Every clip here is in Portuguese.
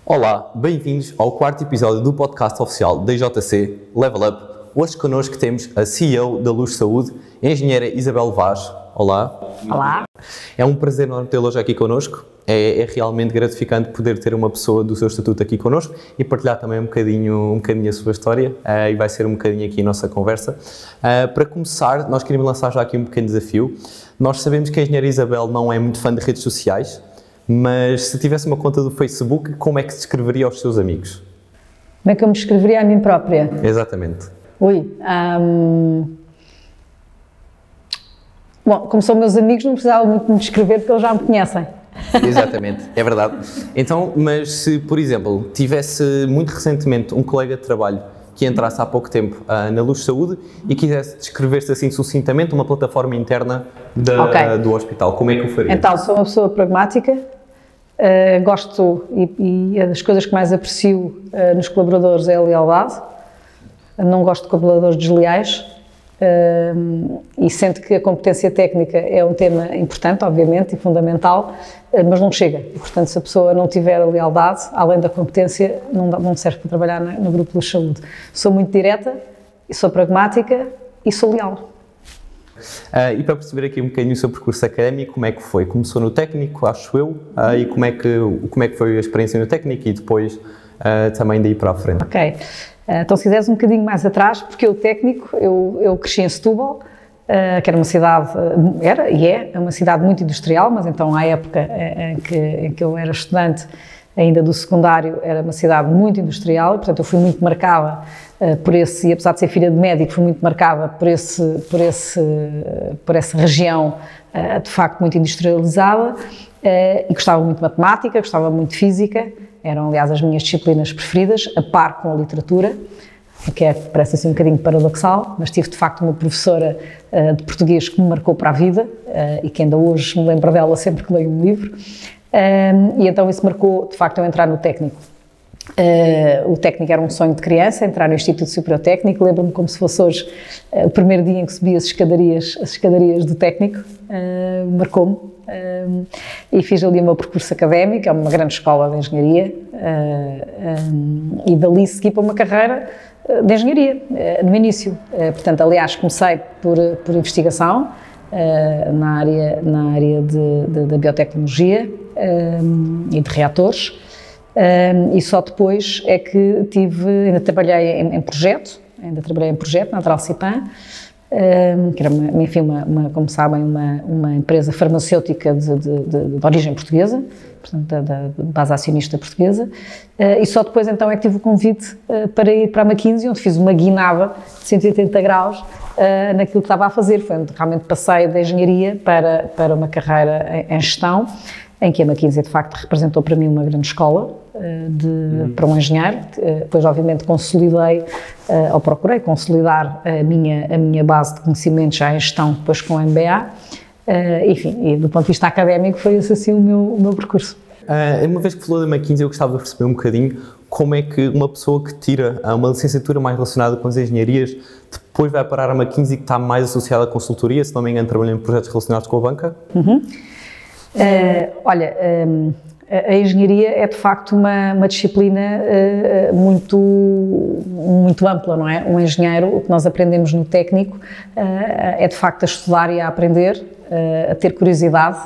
Olá, bem-vindos ao quarto episódio do podcast oficial da IJC Level Up. Hoje connosco temos a CEO da Luz Saúde, a engenheira Isabel Vaz. Olá. Olá. É um prazer enorme tê-la hoje aqui connosco. É realmente gratificante poder ter uma pessoa do seu estatuto aqui connosco e partilhar também um bocadinho a sua história e vai ser um bocadinho aqui a nossa conversa. Para começar, nós queríamos lançar já aqui um pequeno desafio. Nós sabemos que a engenheira Isabel não é muito fã de redes sociais, mas se tivesse uma conta do Facebook, como é que se descreveria aos seus amigos? Como é que eu me descreveria a mim própria? Exatamente. Bom, como são meus amigos, não precisava muito me descrever porque eles já me conhecem. Exatamente, é verdade. Então, mas se, por exemplo, tivesse muito recentemente um colega de trabalho que entrasse há pouco tempo na Luz Saúde e quisesse descrever-se assim sucintamente uma plataforma interna do hospital, como é que o faria? Então, sou uma pessoa pragmática, gosto e as coisas que mais aprecio nos colaboradores é a lealdade, não gosto de colaboradores desleais. E sendo que a competência técnica é um tema importante, obviamente, e fundamental, mas não chega. E, portanto, se a pessoa não tiver a lealdade, além da competência, não serve para trabalhar no grupo de saúde. Sou muito direta, sou pragmática e sou leal. E para perceber aqui um bocadinho o seu percurso académico, como é que foi? Começou no técnico, acho eu, e como é que foi a experiência no técnico e depois também daí para a frente? Ok. Então, se quiseres um bocadinho mais atrás, porque o técnico, eu cresci em Setúbal, que era uma cidade, é uma cidade muito industrial, mas então à época em que eu era estudante ainda do secundário, era uma cidade muito industrial, e portanto eu fui muito marcada por esse, e apesar de ser filha de médico, fui muito marcada por essa região de facto muito industrializada, e gostava muito de matemática, gostava muito de física. Eram, aliás, as minhas disciplinas preferidas, a par com a literatura, o que parece assim um bocadinho paradoxal, mas tive de facto uma professora de português que me marcou para a vida e que ainda hoje me lembro dela sempre que leio um livro, e então isso marcou de facto eu entrar no técnico. O técnico era um sonho de criança, entrar no Instituto Superior Técnico, lembro-me como se fosse hoje o primeiro dia em que subi as escadarias do técnico, marcou-me. E fiz ali o meu percurso académico, é uma grande escola de engenharia, e dali segui para uma carreira de engenharia, no início. Portanto, aliás, comecei por investigação na área da biotecnologia e de reatores, e só depois é que ainda trabalhei em projeto na Tralcipan, que era, enfim, como sabem, uma empresa farmacêutica de origem portuguesa, portanto, da base acionista portuguesa, e só depois então é que tive o convite para ir para a McKinsey, onde fiz uma guinada de 180 graus naquilo que estava a fazer. Foi onde realmente passei da engenharia para uma carreira em gestão, em que a McKinsey de facto representou para mim uma grande escola para um engenheiro. Depois obviamente procurei consolidar a minha base de conhecimentos já em gestão, depois com o MBA, enfim, e do ponto de vista académico foi esse assim o meu percurso. Uma vez que falou da McKinsey, eu gostava de perceber um bocadinho como é que uma pessoa que tira uma licenciatura mais relacionada com as engenharias depois vai parar a McKinsey, que está mais associada à consultoria, se não me engano trabalhando em projetos relacionados com a banca? Olha, a engenharia é de facto uma disciplina muito ampla, não é? Um engenheiro, o que nós aprendemos no técnico é de facto a estudar e a aprender, a ter curiosidade,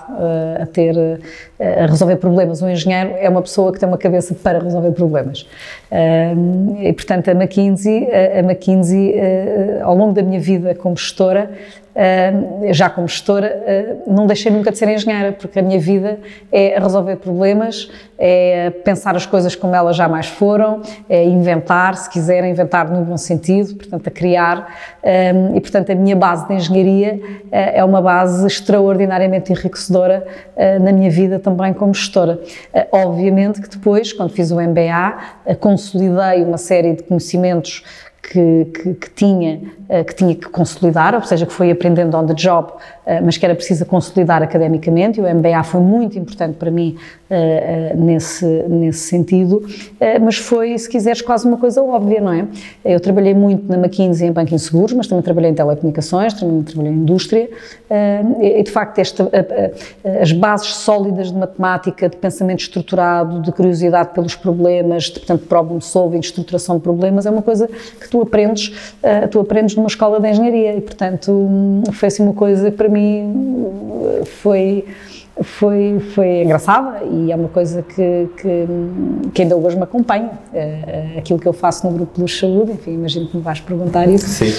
a resolver problemas. Um engenheiro é uma pessoa que tem uma cabeça para resolver problemas. E portanto a McKinsey, ao longo da minha vida como gestora, já como gestora, não deixei nunca de ser engenheira, porque a minha vida é resolver problemas, é pensar as coisas como elas jamais foram, é inventar, se quiser, inventar no bom sentido, portanto, a criar, e portanto a minha base de engenharia é uma base extraordinariamente enriquecedora na minha vida também como gestora. Obviamente que depois, quando fiz o MBA, consolidei uma série de conhecimentos que tinha que consolidar, ou seja, que foi aprendendo on the job, mas que era preciso consolidar academicamente, e o MBA foi muito importante para mim nesse sentido, mas foi, se quiseres, quase uma coisa óbvia, não é? Eu trabalhei muito na McKinsey em banco e seguros, mas também trabalhei em telecomunicações, também trabalhei em indústria, e de facto as bases sólidas de matemática, de pensamento estruturado, de curiosidade pelos problemas, de, portanto, problem solving, de estruturação de problemas, é uma coisa que tu aprendes numa escola de engenharia, e portanto foi assim uma coisa que para mim foi engraçada, e é uma coisa que ainda hoje me acompanha, aquilo que eu faço no Grupo Luz Saúde, enfim, imagino que me vais perguntar isso. Sim.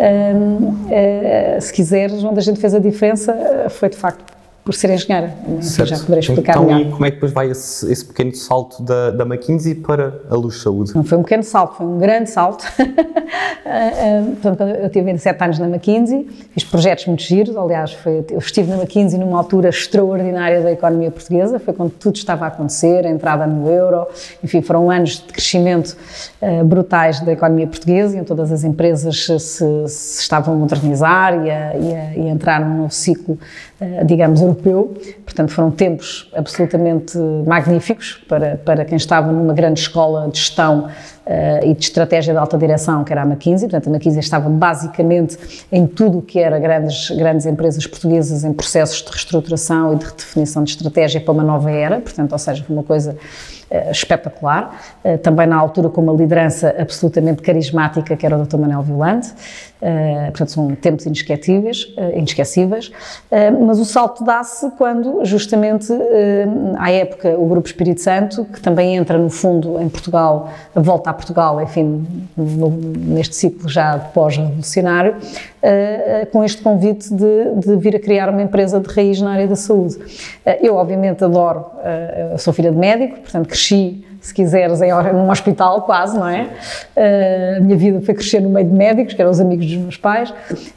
Se quiseres, onde a gente fez a diferença foi de facto por ser engenheira, já poderei explicar então, melhor. E como é que depois vai esse pequeno salto da McKinsey para a Luz Saúde? Não foi um pequeno salto, foi um grande salto. Portanto, eu tive 27 anos na McKinsey, fiz projetos muito giros, aliás, eu estive na McKinsey numa altura extraordinária da economia portuguesa, foi quando tudo estava a acontecer, a entrada no euro, enfim, foram anos de crescimento brutais da economia portuguesa, e todas as empresas se estavam a modernizar e a entrar num novo ciclo, digamos, europeu. Portanto, foram tempos absolutamente magníficos para quem estava numa grande escola de gestão e de estratégia de alta direção, que era a McKinsey. Portanto, a McKinsey estava basicamente em tudo o que era grandes empresas portuguesas em processos de reestruturação e de redefinição de estratégia para uma nova era. Portanto, ou seja, foi uma coisa espetacular, também na altura com uma liderança absolutamente carismática, que era o Dr. Manuel Violante, portanto são tempos inesquecíveis, mas o salto dá-se quando justamente, à época, o Grupo Espírito Santo, que também entra no fundo em Portugal, volta a Portugal, enfim, neste ciclo já pós-revolucionário, com este convite de vir a criar uma empresa de raiz na área da saúde. Eu obviamente adoro, eu sou filha de médico, portanto cresci, se quiseres, num hospital quase, não é? A minha vida foi crescer no meio de médicos, que eram os amigos dos meus pais,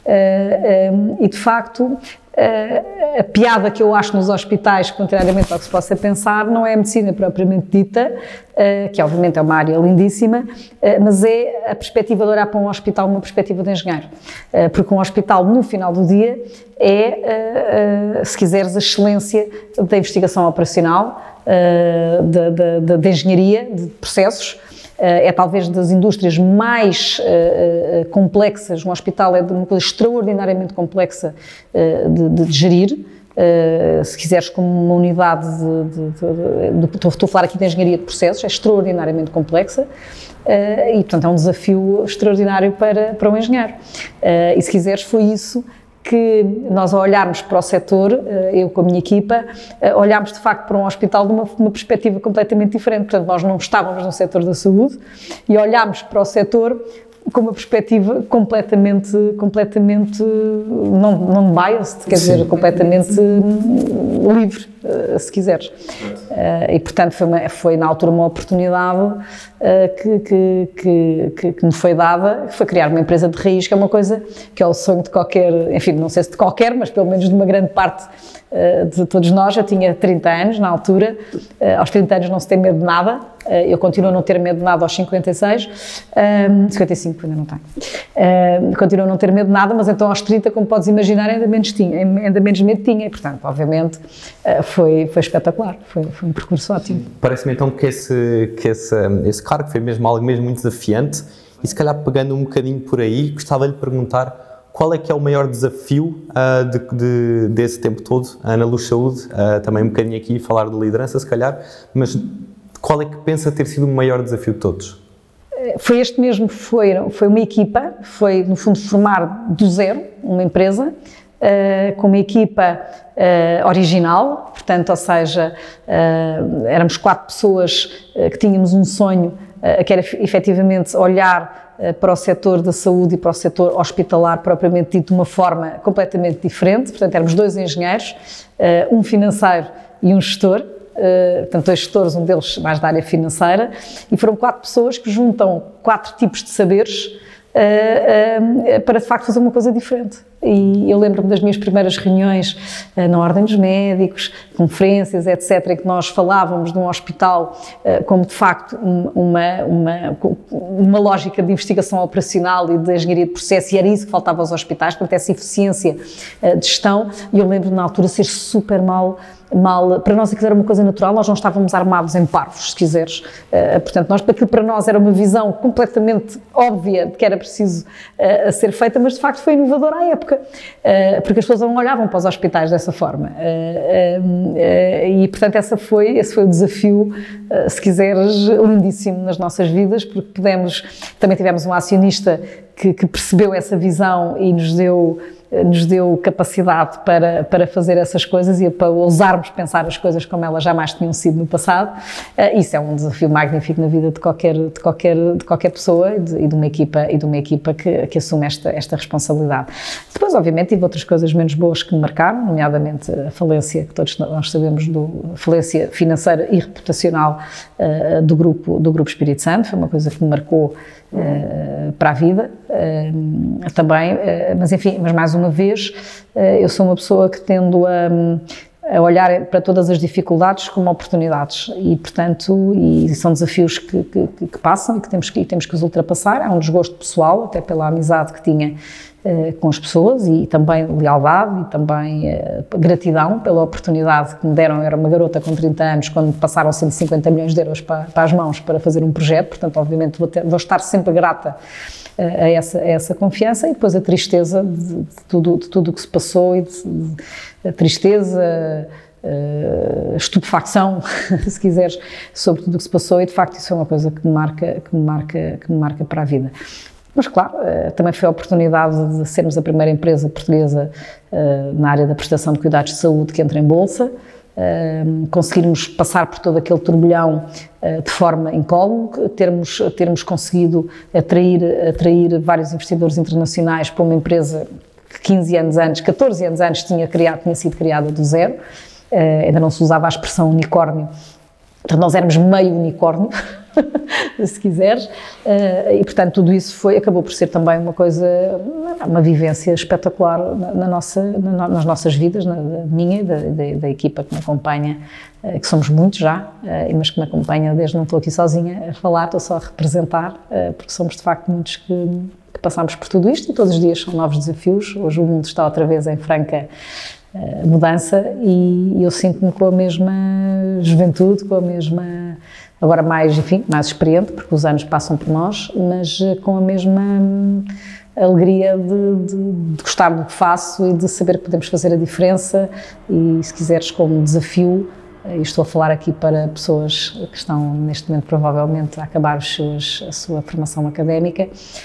e de facto a piada que eu acho nos hospitais, contrariamente ao que se possa pensar, não é a medicina propriamente dita, que obviamente é uma área lindíssima, mas é a perspectiva de olhar para um hospital uma perspectiva de engenheiro, porque um hospital no final do dia é, se quiseres, a excelência da investigação operacional, da engenharia, de processos, é talvez das indústrias mais complexas. Um hospital é uma coisa extraordinariamente complexa de gerir, se quiseres, como uma unidade estou a falar aqui de engenharia de processos, é extraordinariamente complexa, e portanto é um desafio extraordinário para um engenheiro, e se quiseres foi isso que nós, ao olharmos para o setor, eu com a minha equipa, olhámos de facto para um hospital de uma perspectiva completamente diferente. Portanto, nós não estávamos no setor da saúde e olhámos para o setor com uma perspectiva completamente não biased, quer dizer, completamente livre, se quiseres. E, portanto, foi na altura uma oportunidade que me foi dada, que foi criar uma empresa de raiz, que é uma coisa que é o sonho de qualquer, enfim, não sei se de qualquer, mas pelo menos de uma grande parte de todos nós. Eu tinha 30 anos na altura, aos 30 anos não se tem medo de nada, eu continuo a não ter medo de nada aos 56, 55 ainda não tenho, continuo a não ter medo de nada, mas então aos 30, como podes imaginar, ainda menos medo tinha, e portanto, obviamente, foi espetacular, foi um percurso ótimo. Parece-me então que esse cargo foi mesmo algo mesmo muito desafiante, e se calhar pegando um bocadinho por aí, gostava de lhe perguntar qual é que é o maior desafio desse tempo todo na Luz Saúde, também um bocadinho aqui falar de liderança se calhar, mas qual é que pensa ter sido o maior desafio de todos? Foi este mesmo, foi uma equipa, foi no fundo formar do zero uma empresa, com uma equipa original, portanto, ou seja, éramos 4 pessoas que tínhamos um sonho, que era efetivamente olhar para o setor da saúde e para o setor hospitalar propriamente dito de uma forma completamente diferente. Portanto, éramos 2 engenheiros, um financeiro e um gestor, portanto 2 gestores, um deles mais da área financeira, e foram 4 pessoas que juntam 4 tipos de saberes para de facto fazer uma coisa diferente. E eu lembro-me das minhas primeiras reuniões na Ordem dos Médicos, conferências, etc., em que nós falávamos de um hospital como de facto uma lógica de investigação operacional e de engenharia de processo, e era isso que faltava aos hospitais, portanto essa eficiência de gestão, e eu lembro na altura ser super mal, para nós aquilo era uma coisa natural, nós não estávamos armados em parvos, se quiseres, portanto aquilo para nós era uma visão completamente óbvia de que era preciso ser feita, mas de facto foi inovador à época, porque as pessoas não olhavam para os hospitais dessa forma, e portanto esse foi o desafio, se quiseres, lindíssimo nas nossas vidas, porque também tivemos um acionista que percebeu essa visão e nos deu capacidade para fazer essas coisas e para ousarmos pensar as coisas como elas jamais tinham sido no passado. Isso é um desafio magnífico na vida de qualquer pessoa e de uma equipa que assume esta responsabilidade. Depois, obviamente, tive outras coisas menos boas que me marcaram, nomeadamente a falência, que todos nós sabemos, falência financeira e reputacional do Grupo Espírito Santo. Foi uma coisa que me marcou para a vida também, mas mais uma vez, eu sou uma pessoa que tendo a olhar para todas as dificuldades como oportunidades e, portanto, são desafios que passam e que temos que os ultrapassar. Há um desgosto pessoal, até pela amizade que tinha com as pessoas, e também lealdade e também gratidão pela oportunidade que me deram. Eu era uma garota com 30 anos quando passaram 150 milhões de euros para as mãos para fazer um projeto, portanto obviamente vou estar sempre grata a essa confiança, e depois a tristeza de tudo o que se passou, e a tristeza, estupefacção, se quiseres, sobre tudo o que se passou, e de facto isso é uma coisa que me marca para a vida. Mas claro, também foi a oportunidade de sermos a primeira empresa portuguesa na área da prestação de cuidados de saúde que entra em bolsa, conseguirmos passar por todo aquele turbilhão de forma incólume, termos conseguido atrair vários investidores internacionais para uma empresa que 14 anos antes tinha sido criada do zero, ainda não se usava a expressão unicórnio, portanto nós éramos meio unicórnio, se quiseres, e portanto tudo isso acabou por ser também uma vivência espetacular nas nossas vidas, na minha e da equipa que me acompanha, que somos muitos já, mas que me acompanha desde, não estou aqui sozinha a falar, estou só a representar, porque somos de facto muitos que passamos por tudo isto, e todos os dias são novos desafios. Hoje o mundo está outra vez em franca mudança, e eu sinto-me com a mesma juventude, com a mesma, agora mais experiente, porque os anos passam por nós, mas com a mesma alegria de gostar do que faço e de saber que podemos fazer a diferença, e se quiseres como desafio, e estou a falar aqui para pessoas que estão neste momento provavelmente a acabar a sua formação académica,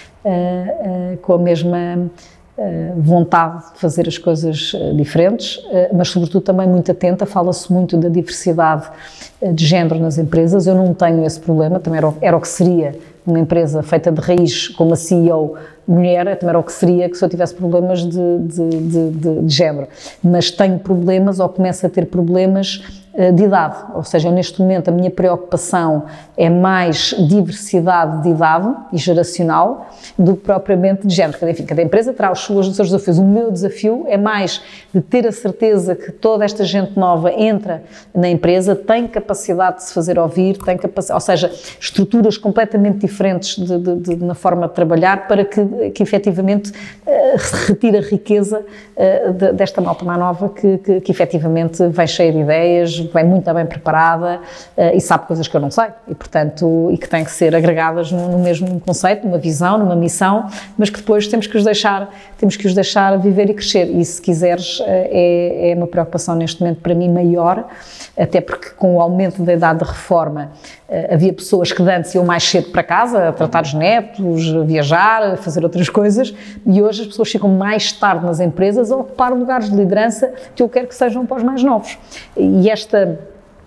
com a mesma vontade de fazer as coisas diferentes, mas sobretudo também muito atenta. Fala-se muito da diversidade de género nas empresas. Eu não tenho esse problema, também era o que seria uma empresa feita de raiz, como a CEO mulher, também era o que seria que se eu tivesse problemas de género, mas tenho problemas, ou começo a ter problemas de idade, ou seja, neste momento a minha preocupação é mais diversidade de idade e geracional do que propriamente de género. Cada empresa terá os seus desafios. O meu desafio é mais de ter a certeza que toda esta gente nova entra na empresa, tem capacidade de se fazer ouvir, ou seja, estruturas completamente diferentes na forma de trabalhar, para que efetivamente retire a riqueza desta malta mais nova que efetivamente vem cheia de ideias, vem muito bem preparada e sabe coisas que eu não sei, e portanto, que têm que ser agregadas no mesmo conceito, numa visão, numa missão, mas que depois temos que os deixar viver e crescer. E se quiseres, é uma preocupação neste momento para mim maior, até porque com o aumento da idade de reforma havia pessoas que antes iam mais cedo para casa, a tratar os netos, a viajar, a fazer outras coisas, e hoje as pessoas ficam mais tarde nas empresas a ocupar lugares de liderança que eu quero que sejam para os mais novos. E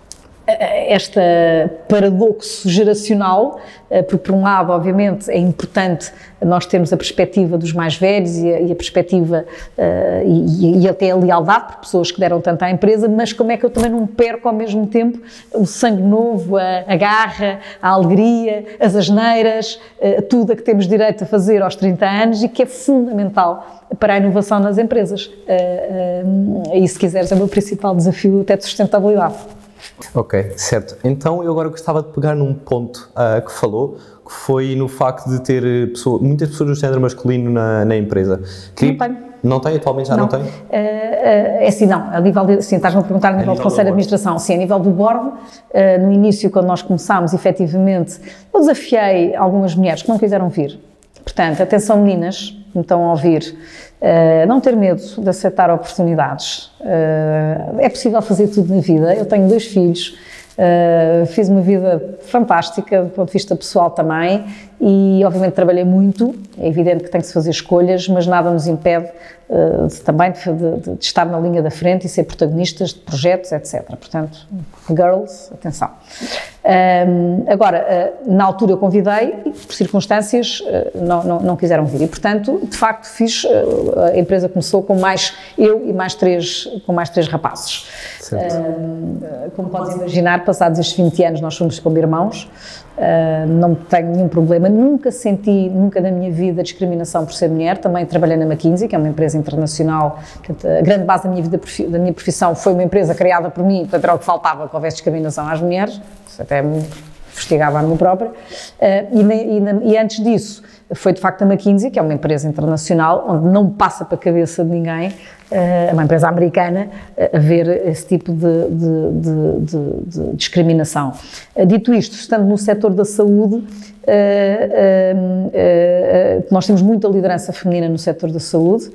este paradoxo geracional, porque por um lado, obviamente, é importante nós termos a perspectiva dos mais velhos e a perspectiva e até a lealdade por pessoas que deram tanto à empresa, mas como é que eu também não perco ao mesmo tempo o sangue novo, a garra, a alegria, as asneiras, tudo a que temos direito a fazer aos 30 anos e que é fundamental para a inovação nas empresas. E se quiseres é o meu principal desafio até de sustentabilidade. Ok, certo. Então eu agora gostava de pegar num ponto que falou, que foi no facto de ter muitas pessoas do género masculino na empresa. Não tenho. Não tem? Atualmente já não tem? É assim, não. A nível de, sim, estás-me a perguntar a nível de Conselho de Administração. Sim, a nível do board, no início, quando nós começámos, efetivamente, eu desafiei algumas mulheres que não quiseram vir. Portanto, atenção meninas que me estão a ouvir, não ter medo de aceitar oportunidades. É possível fazer tudo na vida. Eu tenho 2 filhos, fiz uma vida fantástica do ponto de vista pessoal também e obviamente trabalhei muito, é evidente que tem que se fazer escolhas, mas nada nos impede também de estar na linha da frente e ser protagonistas de projetos, etc. Portanto, girls, atenção. Agora, na altura eu convidei e por circunstâncias não quiseram vir e, portanto, de facto fiz, a empresa começou com mais eu e mais três rapazes. Como podes imaginar, passados estes 20 anos nós somos como irmãos, não tenho nenhum problema, nunca na minha vida discriminação por ser mulher, também trabalhei na McKinsey, que é uma empresa internacional, portanto, a grande base da minha profissão foi uma empresa criada por mim, portanto era o que faltava que houvesse discriminação às mulheres, isso até me investigava a mim própria, e antes disso foi de facto a McKinsey, que é uma empresa internacional, onde não passa para a cabeça de ninguém, uma empresa americana, haver esse tipo de discriminação. Dito isto, estando no setor da saúde, nós temos muita liderança feminina no setor da saúde,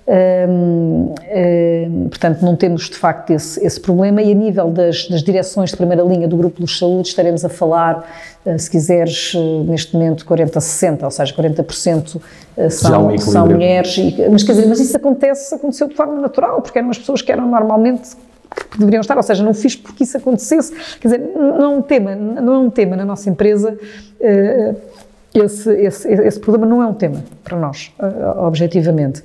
portanto não temos de facto esse problema e a nível das direções de primeira linha do Grupo Luz Saúde estaremos a falar, se quiseres, neste momento 40-60, ou seja, 40% são mulheres, mas quer dizer, mas isso aconteceu de forma natural, porque eram as pessoas que eram normalmente que deveriam estar, ou seja, não fiz porque isso acontecesse, quer dizer, não é um tema na nossa empresa. Esse problema não é um tema para nós, objetivamente.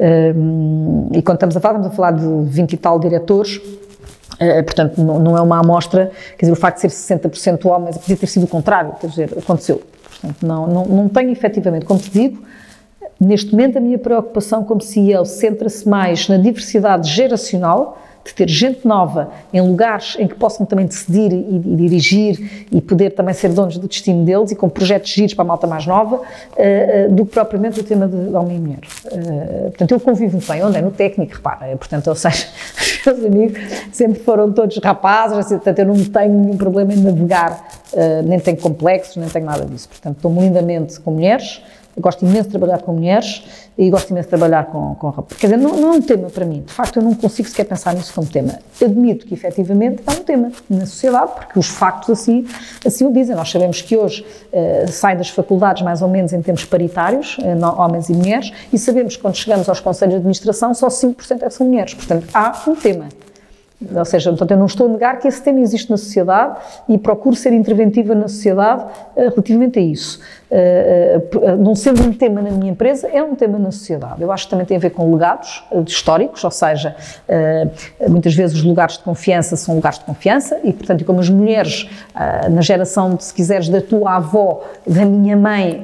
E quando estamos a falar de 20 e tal diretores, portanto, não é uma amostra, quer dizer, o facto de ser 60% homens, podia ter sido o contrário, quer dizer, aconteceu. Portanto, não tenho efetivamente, como te digo, neste momento a minha preocupação como CEO centra-se mais na diversidade geracional, de ter gente nova em lugares em que possam também decidir e dirigir e poder também ser donos do destino deles e com projetos giros para a malta mais nova, do que propriamente o tema de homem e mulher. Portanto, eu convivo muito bem, onde é no técnico, repara, portanto, ou seja, os meus amigos sempre foram todos rapazes, assim, portanto, eu não tenho nenhum problema em navegar, nem tenho complexos, nem tenho nada disso. Portanto, estou lindamente com mulheres, gosto imenso de trabalhar com mulheres e gosto imenso de trabalhar com rapazes. Quer dizer, não é um tema para mim. De facto, eu não consigo sequer pensar nisso como tema. Admito que, efetivamente, é um tema na sociedade, porque os factos assim o dizem. Nós sabemos que hoje saem das faculdades mais ou menos em termos paritários, homens e mulheres, e sabemos que quando chegamos aos conselhos de administração só 5% é que são mulheres. Portanto, há um tema. Ou seja, portanto, eu não estou a negar que esse tema existe na sociedade e procuro ser interventiva na sociedade relativamente a isso. Não sendo um tema na minha empresa, é um tema na sociedade. Eu acho que também tem a ver com legados históricos, ou seja, muitas vezes os lugares de confiança são lugares de confiança e, portanto, como as mulheres, na geração, se quiseres, da tua avó, da minha mãe,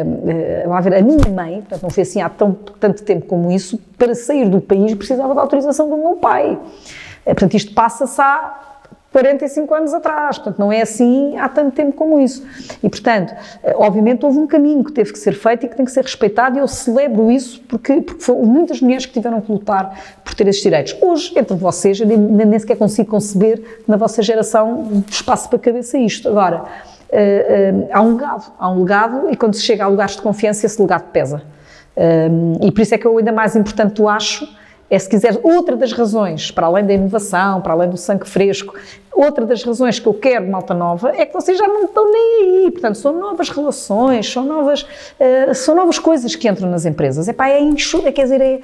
a minha mãe, portanto, não foi assim há tanto tempo como isso, para sair do país precisava da autorização do meu pai. Portanto, isto passa-se há 45 anos atrás, portanto, não é assim há tanto tempo como isso. E, portanto, obviamente houve um caminho que teve que ser feito e que tem que ser respeitado e eu celebro isso porque foram muitas mulheres que tiveram que lutar por ter esses direitos. Hoje, entre vocês, eu nem sequer consigo conceber na vossa geração espaço para cabeça isto. Agora, há um legado e quando se chega a lugares de confiança, esse legado pesa. E por isso é que eu ainda mais importante acho É, se quiser, outra das razões, para além da inovação, para além do sangue fresco, outra das razões que eu quero de malta nova é que vocês já não estão nem aí. Portanto, são novas relações, são novas coisas que entram nas empresas. Quer dizer,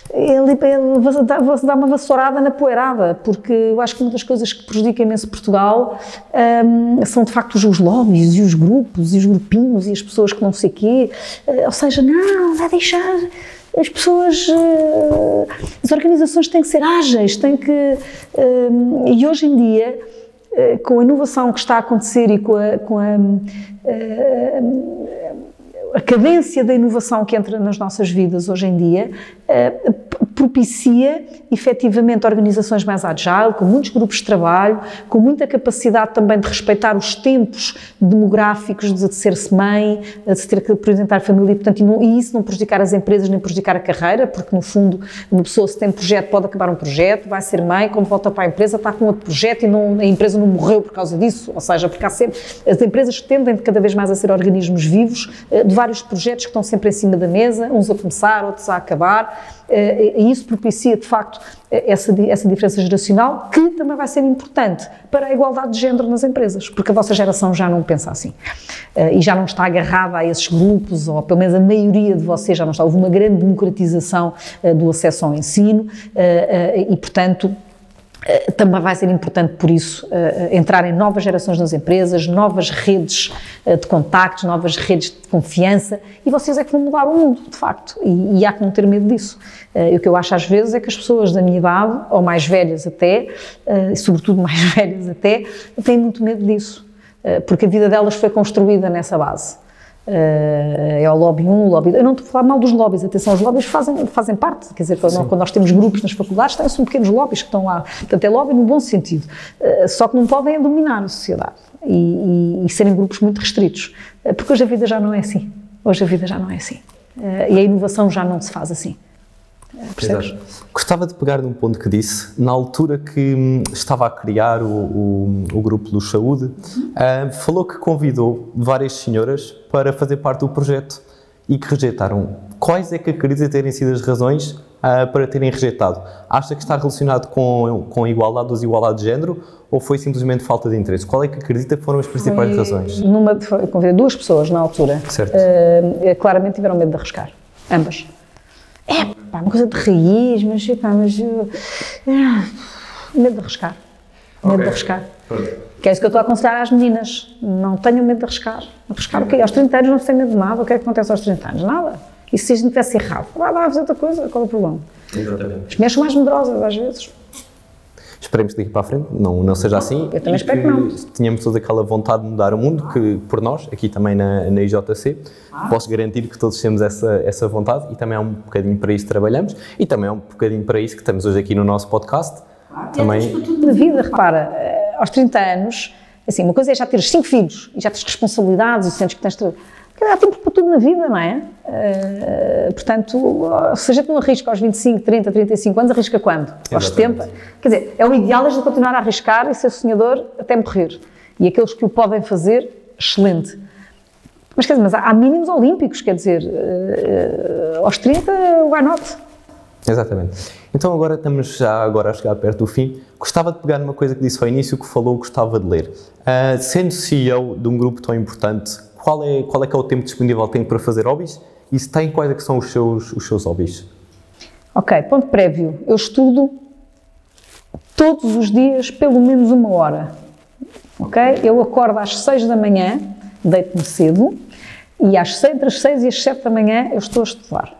dar uma vassourada na poeirada, porque eu acho que uma das coisas que prejudica imenso Portugal são, de facto, os lobbies e os grupos e os grupinhos e as pessoas que não sei o quê. Ou seja, não, vai deixar... As pessoas, as organizações têm que ser ágeis, e hoje em dia, com a inovação que está a acontecer e com a cadência da inovação que entra nas nossas vidas hoje em dia, propicia efetivamente organizações mais agile, com muitos grupos de trabalho, com muita capacidade também de respeitar os tempos demográficos de ser-se mãe, de se ter que apresentar família, portanto, e isso não prejudicar as empresas nem prejudicar a carreira, porque no fundo uma pessoa, se tem projeto, pode acabar um projeto, vai ser mãe, quando volta para a empresa está com outro projeto e a empresa não morreu por causa disso, ou seja, porque as empresas tendem cada vez mais a ser organismos vivos, de vários projetos que estão sempre em cima da mesa, uns a começar, outros a acabar, e isso propicia, de facto, essa diferença geracional, que também vai ser importante para a igualdade de género nas empresas, porque a vossa geração já não pensa assim, e já não está agarrada a esses grupos, ou pelo menos a maioria de vocês já não está. Houve uma grande democratização do acesso ao ensino, e, portanto, também vai ser importante, por isso, entrarem novas gerações nas empresas, novas redes de contactos, novas redes de confiança, e vocês é que vão mudar o mundo, de facto, e há que não ter medo disso. O que eu acho às vezes é que as pessoas da minha idade, ou mais velhas até, e sobretudo mais velhas até, têm muito medo disso, porque a vida delas foi construída nessa base. É o lobby 1, o lobby 2. Eu não estou a falar mal dos lobbies, atenção, os lobbies fazem parte, quer dizer, quando nós temos grupos nas faculdades, são pequenos lobbies que estão lá, portanto é lobby no bom sentido, só que não podem dominar a sociedade e serem grupos muito restritos, porque hoje a vida já não é assim, e a inovação já não se faz assim. Percebes? Gostava de pegar num ponto que disse, na altura que estava a criar o grupo do Saúde, falou que convidou várias senhoras para fazer parte do projeto e que rejeitaram. Quais é que acredita terem sido as razões para terem rejeitado? Acha que está relacionado com a igualdade ou desigualdade de género ou foi simplesmente falta de interesse? Qual é que acredita que foram as principais razões? Eu convidei 2 pessoas na altura, certo. Claramente tiveram medo de arriscar, ambas. Uma coisa de raiz, medo de arriscar. Medo de arriscar. Que é isso que eu estou a aconselhar às meninas. Não tenham medo de arriscar. Arriscar o quê? Aos 30 anos não se tem medo de nada. O que é que acontece aos 30 anos? Nada. E se a gente tivesse errado? Vai lá fazer outra coisa. Qual é o problema? Exatamente. As mulheres são mais medrosas, às vezes. Esperemos que daqui para a frente não seja assim. Eu também espero que não. Tínhamos toda aquela vontade de mudar o mundo, que por nós, aqui também na IJC, posso garantir que todos temos essa vontade e também é um bocadinho para isso que trabalhamos e também é um bocadinho para isso que estamos hoje aqui no nosso podcast. Também... Na vida, repara, aos 30 anos, assim, uma coisa é já teres 5 filhos e já tens responsabilidades e sentes que tens... Há tempo para tudo na vida, não é? Portanto, se a gente não arrisca aos 25, 30, 35 anos, arrisca quando? Aos 70? Quer dizer, é o ideal é de continuar a arriscar e ser sonhador até morrer. E aqueles que o podem fazer, excelente. Mas, quer dizer, mas há mínimos olímpicos, quer dizer, aos 30, why not? Exatamente. Então agora estamos já a chegar perto do fim. Gostava de pegar numa coisa que disse ao início, que falou que gostava de ler. Sendo CEO de um grupo tão importante, qual é que é o tempo disponível que tem para fazer hobbies e se tem, quais é que são os seus hobbies? Ok, ponto prévio. Eu estudo todos os dias pelo menos 1 hora. Ok? Eu acordo às 6 da manhã, deito-me cedo e entre as 6 e as 7 da manhã eu estou a estudar.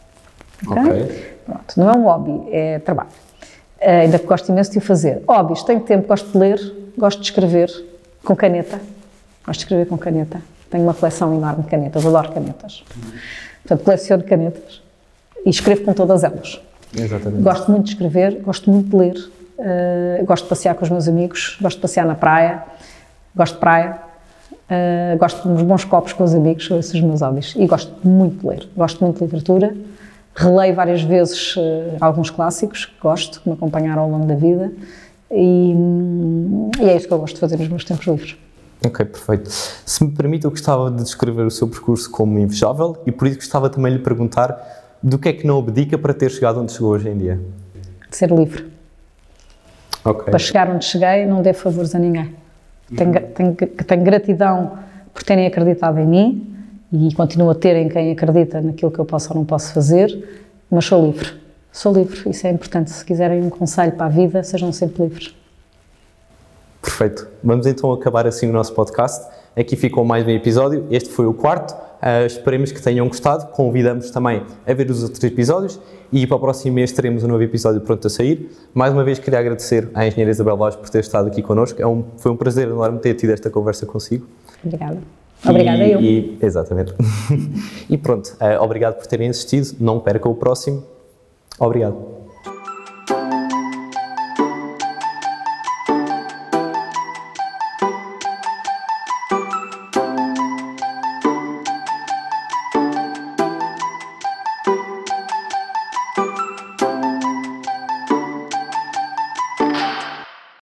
Ok? Pronto, não é um hobby, é trabalho. Ainda que gosto imenso de o fazer. Hobbies, tenho tempo, gosto de ler, gosto de escrever com caneta. Gosto de escrever com caneta. Tenho uma coleção enorme de canetas, adoro canetas. Portanto, coleciono canetas e escrevo com todas elas. Exatamente. Gosto muito de escrever, gosto muito de ler, gosto de passear com os meus amigos, gosto de passear na praia, gosto de praia, gosto de uns bons copos com os amigos, são esses os meus hobbies. E gosto muito de ler, gosto muito de literatura, releio várias vezes alguns clássicos que gosto, que me acompanharam ao longo da vida e é isso que eu gosto de fazer nos meus tempos livres. Ok, perfeito. Se me permite, eu gostava de descrever o seu percurso como invejável e por isso gostava também de lhe perguntar do que é que não abdica para ter chegado onde chegou hoje em dia? De ser livre. Ok. Para chegar onde cheguei, não devo favores a ninguém. Tenho gratidão por terem acreditado em mim e continuo a ter em quem acredita naquilo que eu posso ou não posso fazer, mas sou livre. Sou livre, isso é importante. Se quiserem um conselho para a vida, sejam sempre livres. Perfeito. Vamos então acabar assim o nosso podcast. Aqui ficou mais um episódio. Este foi o 4º. Esperemos que tenham gostado. Convidamos também a ver os outros episódios e para o próximo mês teremos um novo episódio pronto a sair. Mais uma vez queria agradecer à engenheira Isabel Vaz por ter estado aqui connosco. Foi um prazer enorme ter tido esta conversa consigo. Obrigada. Obrigada eu. Exatamente. E pronto, obrigado por terem assistido. Não percam o próximo. Obrigado.